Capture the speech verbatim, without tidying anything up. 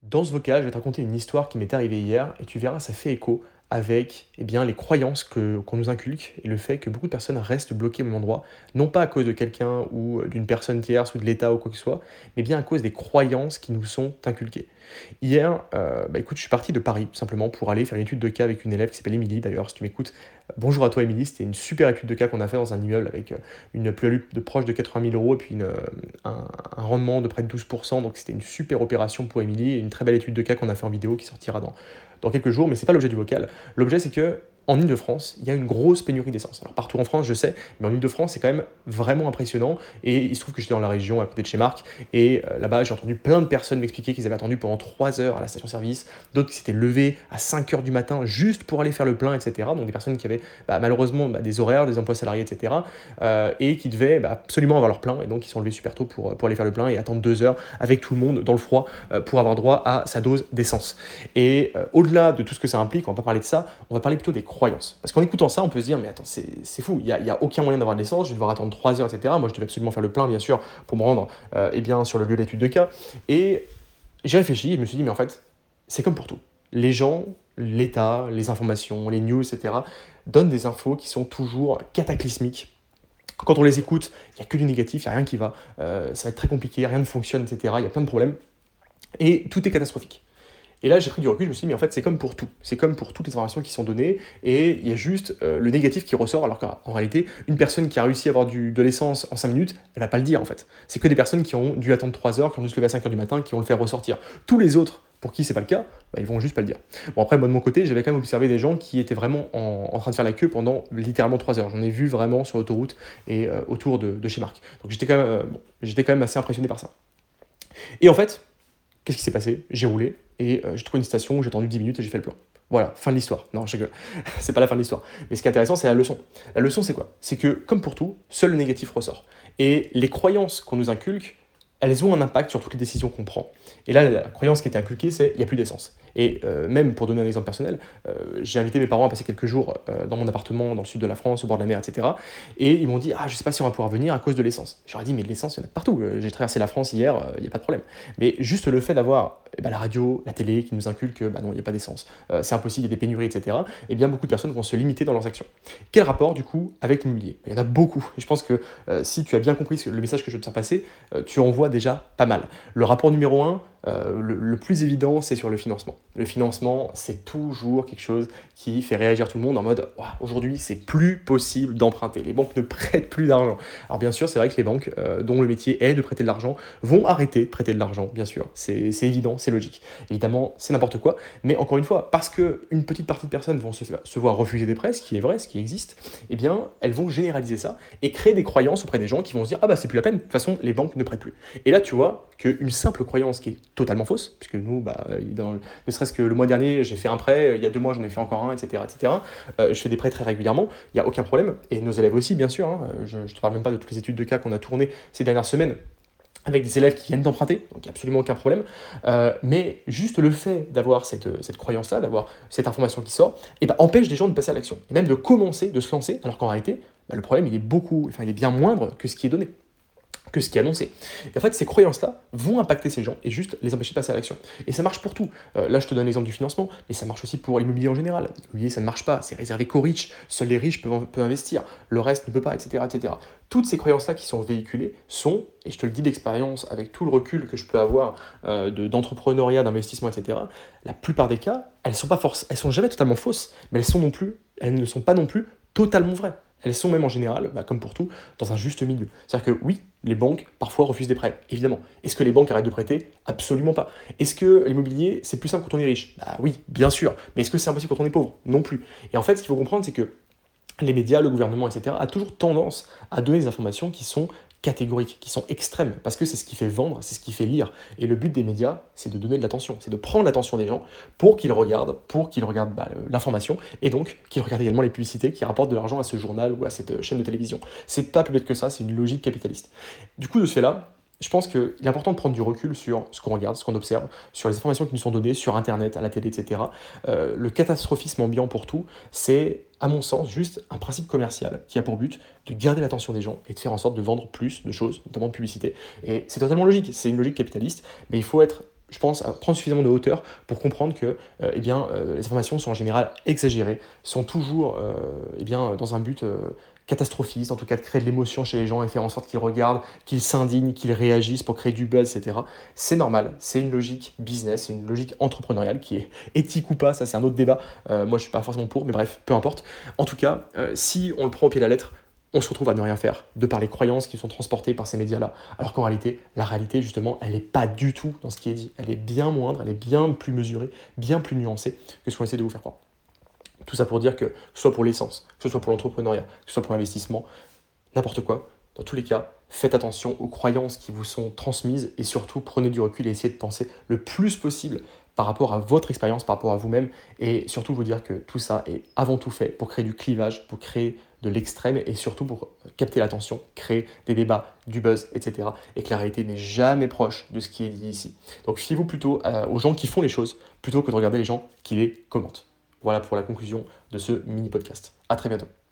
Dans ce vocal, je vais te raconter une histoire qui m'est arrivée hier et tu verras, ça fait écho avec eh bien, les croyances que, qu'on nous inculque et le fait que beaucoup de personnes restent bloquées au même endroit, non pas à cause de quelqu'un ou d'une personne tierce ou de l'État ou quoi que ce soit, mais bien à cause des croyances qui nous sont inculquées. Hier, euh, bah écoute, je suis parti de Paris tout simplement pour aller faire une étude de cas avec une élève qui s'appelle Émilie d'ailleurs, si tu m'écoutes. euh, Bonjour à toi Émilie, c'était une super étude de cas qu'on a fait dans un immeuble avec euh, une plus-value de proche de quatre-vingt mille euros et puis une, euh, un, un rendement de près de douze pour cent. Donc c'était une super opération pour Émilie et une très belle étude de cas qu'on a fait en vidéo qui sortira dans, dans quelques jours, mais c'est pas l'objet du vocal. L'objet c'est que en Ile-de-France, il y a une grosse pénurie d'essence. Alors partout en France, je sais, mais en Ile-de-France, c'est quand même vraiment impressionnant. Et il se trouve que j'étais dans la région à côté de chez Marc, et euh, là-bas, j'ai entendu plein de personnes m'expliquer qu'ils avaient attendu pendant trois heures à la station-service, d'autres qui s'étaient levés à cinq heures du matin juste pour aller faire le plein, et cetera. Donc des personnes qui avaient bah, malheureusement bah, des horaires, des emplois salariés, et cetera. euh, et qui devaient bah, absolument avoir leur plein, et donc ils sont levés super tôt pour, pour aller faire le plein et attendre deux heures avec tout le monde dans le froid euh, pour avoir droit à sa dose d'essence. Et euh, au-delà de tout ce que ça implique, on va pas parler de ça, on va parler plutôt des croyances. Parce qu'en écoutant ça, on peut se dire, mais attends, c'est c'est fou, il n'y a, il y a aucun moyen d'avoir de l'essence, je vais devoir attendre trois heures, et cetera. Moi, je devais absolument faire le plein, bien sûr, pour me rendre euh, eh bien, sur le lieu d'étude de cas. Et j'ai réfléchi et je me suis dit, mais en fait, c'est comme pour tout. Les gens, l'État, les informations, les news, et cetera, donnent des infos qui sont toujours cataclysmiques. Quand on les écoute, il n'y a que du négatif, il n'y a rien qui va, euh, ça va être très compliqué, rien ne fonctionne, et cetera. Il y a plein de problèmes. Et tout est catastrophique. Et là, j'ai pris du recul, je me suis dit, mais en fait, c'est comme pour tout. C'est comme pour toutes les informations qui sont données, et il y a juste euh, le négatif qui ressort, alors qu'en en réalité, une personne qui a réussi à avoir du, de l'essence en cinq minutes, elle va pas le dire, en fait. C'est que des personnes qui ont dû attendre trois heures, qui ont dû se lever à cinq heures du matin, qui vont le faire ressortir. Tous les autres, pour qui c'est pas le cas, bah, ils vont juste pas le dire. Bon, après, moi, de mon côté, j'avais quand même observé des gens qui étaient vraiment en, en train de faire la queue pendant littéralement trois heures. J'en ai vu vraiment sur l'autoroute et euh, autour de, de chez Marc. Donc j'étais quand même, euh, bon, j'étais quand même assez impressionné par ça. Et en fait, qu'est-ce qui s'est passé? J'ai roulé et euh, j'ai trouvé une station où j'ai attendu dix minutes et j'ai fait le plein. Voilà, fin de l'histoire. Non, je rigole. C'est pas la fin de l'histoire. Mais ce qui est intéressant, c'est la leçon. La leçon, c'est quoi? C'est que, comme pour tout, seul le négatif ressort. Et les croyances qu'on nous inculque, elles ont un impact sur toutes les décisions qu'on prend. Et là, la croyance qui était inculquée, c'est il n'y a plus d'essence. Et euh, même pour donner un exemple personnel, euh, j'ai invité mes parents à passer quelques jours euh, dans mon appartement dans le sud de la France, au bord de la mer, et cetera. Et ils m'ont dit, ah, je sais pas si on va pouvoir venir à cause de l'essence. Je leur ai dit, mais de l'essence, il y en a partout. Euh, J'ai traversé la France hier, euh, il n'y a pas de problème. Mais juste le fait d'avoir eh ben, la radio, la télé qui nous inculque que bah non, il n'y a pas d'essence, euh, c'est impossible, il y a des pénuries, et cetera. Et bien beaucoup de personnes vont se limiter dans leurs actions. Quel rapport du coup avec l'immobilier? Il y en a beaucoup. Et je pense que euh, si tu as bien compris ce- le message que je veux te faire passer, euh, tu en vois déjà pas mal. Le rapport numéro un, euh, le, le plus évident, c'est sur le financement. Le financement, c'est toujours quelque chose qui fait réagir tout le monde en mode Ouah, aujourd'hui, c'est plus possible d'emprunter. Les banques ne prêtent plus d'argent. Alors, bien sûr, c'est vrai que les banques, euh, dont le métier est de prêter de l'argent, vont arrêter de prêter de l'argent, bien sûr. C'est c'est évident, c'est logique. Évidemment, c'est n'importe quoi. Mais encore une fois, parce qu'une petite partie de personnes vont se, se voir refuser des prêts, ce qui est vrai, ce qui existe, eh bien, elles vont généraliser ça et créer des croyances auprès des gens qui vont se dire Ah bah, c'est plus la peine, de toute façon, les banques ne prêtent plus. Et là, tu vois qu'une simple croyance qui est totalement fausse, puisque nous, bah, dans, ne serait-ce que le mois dernier, j'ai fait un prêt, il y a deux mois, j'en ai fait encore un, et cetera, et cetera. Euh, je fais des prêts très régulièrement, il n'y a aucun problème, et nos élèves aussi, bien sûr. Hein. Je ne te parle même pas de toutes les études de cas qu'on a tournées ces dernières semaines avec des élèves qui viennent d'emprunter, donc il n'y a absolument aucun problème. Euh, mais juste le fait d'avoir cette, cette croyance-là, d'avoir cette information qui sort, eh ben, empêche des gens de passer à l'action, et même de commencer, de se lancer, alors qu'en réalité, bah, le problème, il est beaucoup, enfin, il est bien moindre que ce qui est donné, que ce qui est annoncé. Et en fait, ces croyances-là vont impacter ces gens et juste les empêcher de passer à l'action. Et ça marche pour tout. Euh, là, je te donne l'exemple du financement, mais ça marche aussi pour l'immobilier en général. L'immobilier, ça ne marche pas, c'est réservé qu'aux riches. Seuls les riches peuvent, peuvent investir, le reste ne peut pas, et cetera, et cetera. Toutes ces croyances-là qui sont véhiculées sont, et je te le dis d'expérience, avec tout le recul que je peux avoir euh, de- d'entrepreneuriat, d'investissement, et cetera, la plupart des cas, elles sont pas force, elles sont jamais totalement fausses, mais elles sont non plus, elles ne sont pas non plus totalement vraies. Elles sont même en général, bah, comme pour tout, dans un juste milieu. C'est-à-dire que oui, les banques parfois refusent des prêts, évidemment. Est-ce que les banques arrêtent de prêter? Absolument pas. Est-ce que l'immobilier, c'est plus simple quand on est riche? Bah oui, bien sûr. Mais est-ce que c'est impossible quand on est pauvre? Non plus. Et en fait, ce qu'il faut comprendre, c'est que les médias, le gouvernement, et cetera, a toujours tendance à donner des informations qui sont catégoriques, qui sont extrêmes, parce que c'est ce qui fait vendre, c'est ce qui fait lire. Et le but des médias, c'est de donner de l'attention, c'est de prendre l'attention des gens pour qu'ils regardent, pour qu'ils regardent bah, l'information, et donc qu'ils regardent également les publicités qui rapportent de l'argent à ce journal ou à cette euh, chaîne de télévision. C'est pas plus bête que ça, c'est une logique capitaliste. Du coup, de ce fait-là, je pense qu'il est important de prendre du recul sur ce qu'on regarde, ce qu'on observe, sur les informations qui nous sont données sur Internet, à la télé, et cetera. Euh, le catastrophisme ambiant pour tout, c'est, à mon sens, juste un principe commercial qui a pour but de garder l'attention des gens et de faire en sorte de vendre plus de choses, notamment de publicité. Et c'est totalement logique, c'est une logique capitaliste, mais il faut être je pense, à prendre suffisamment de hauteur pour comprendre que, heu, eh bien, heu, les informations sont en général exagérées, sont toujours, heu, eh bien, dans un but, heu, catastrophiste, en tout cas de créer de l'émotion chez les gens et faire en sorte qu'ils regardent, qu'ils s'indignent, qu'ils réagissent pour créer du buzz et cetera. C'est normal, c'est une logique business, c'est une logique entrepreneuriale qui est éthique ou pas, ça c'est un autre débat. Heu, moi je suis pas forcément pour, mais bref, peu importe. En tout cas, heu, si on le prend au pied de la lettre, on se retrouve à ne rien faire, de par les croyances qui sont transportées par ces médias-là. Alors qu'en réalité, la réalité justement, elle est pas du tout dans ce qui est dit. Elle est bien moindre, elle est bien plus mesurée, bien plus nuancée que ce qu'on essaie de vous faire croire. Tout ça pour dire que, que ce soit pour l'essence, que ce soit pour l'entrepreneuriat, que ce soit pour l'investissement, n'importe quoi, dans tous les cas, faites attention aux croyances qui vous sont transmises et surtout prenez du recul et essayez de penser le plus possible par rapport à votre expérience, par rapport à vous-même et surtout vous dire que tout ça est avant tout fait pour créer du clivage, pour créer de l'extrême et surtout pour capter l'attention, créer des débats, du buzz, et cetera. Et que la réalité n'est jamais proche de ce qui est dit ici. Donc fiez-vous plutôt euh, aux gens qui font les choses plutôt que de regarder les gens qui les commentent. Voilà pour la conclusion de ce mini podcast. À très bientôt.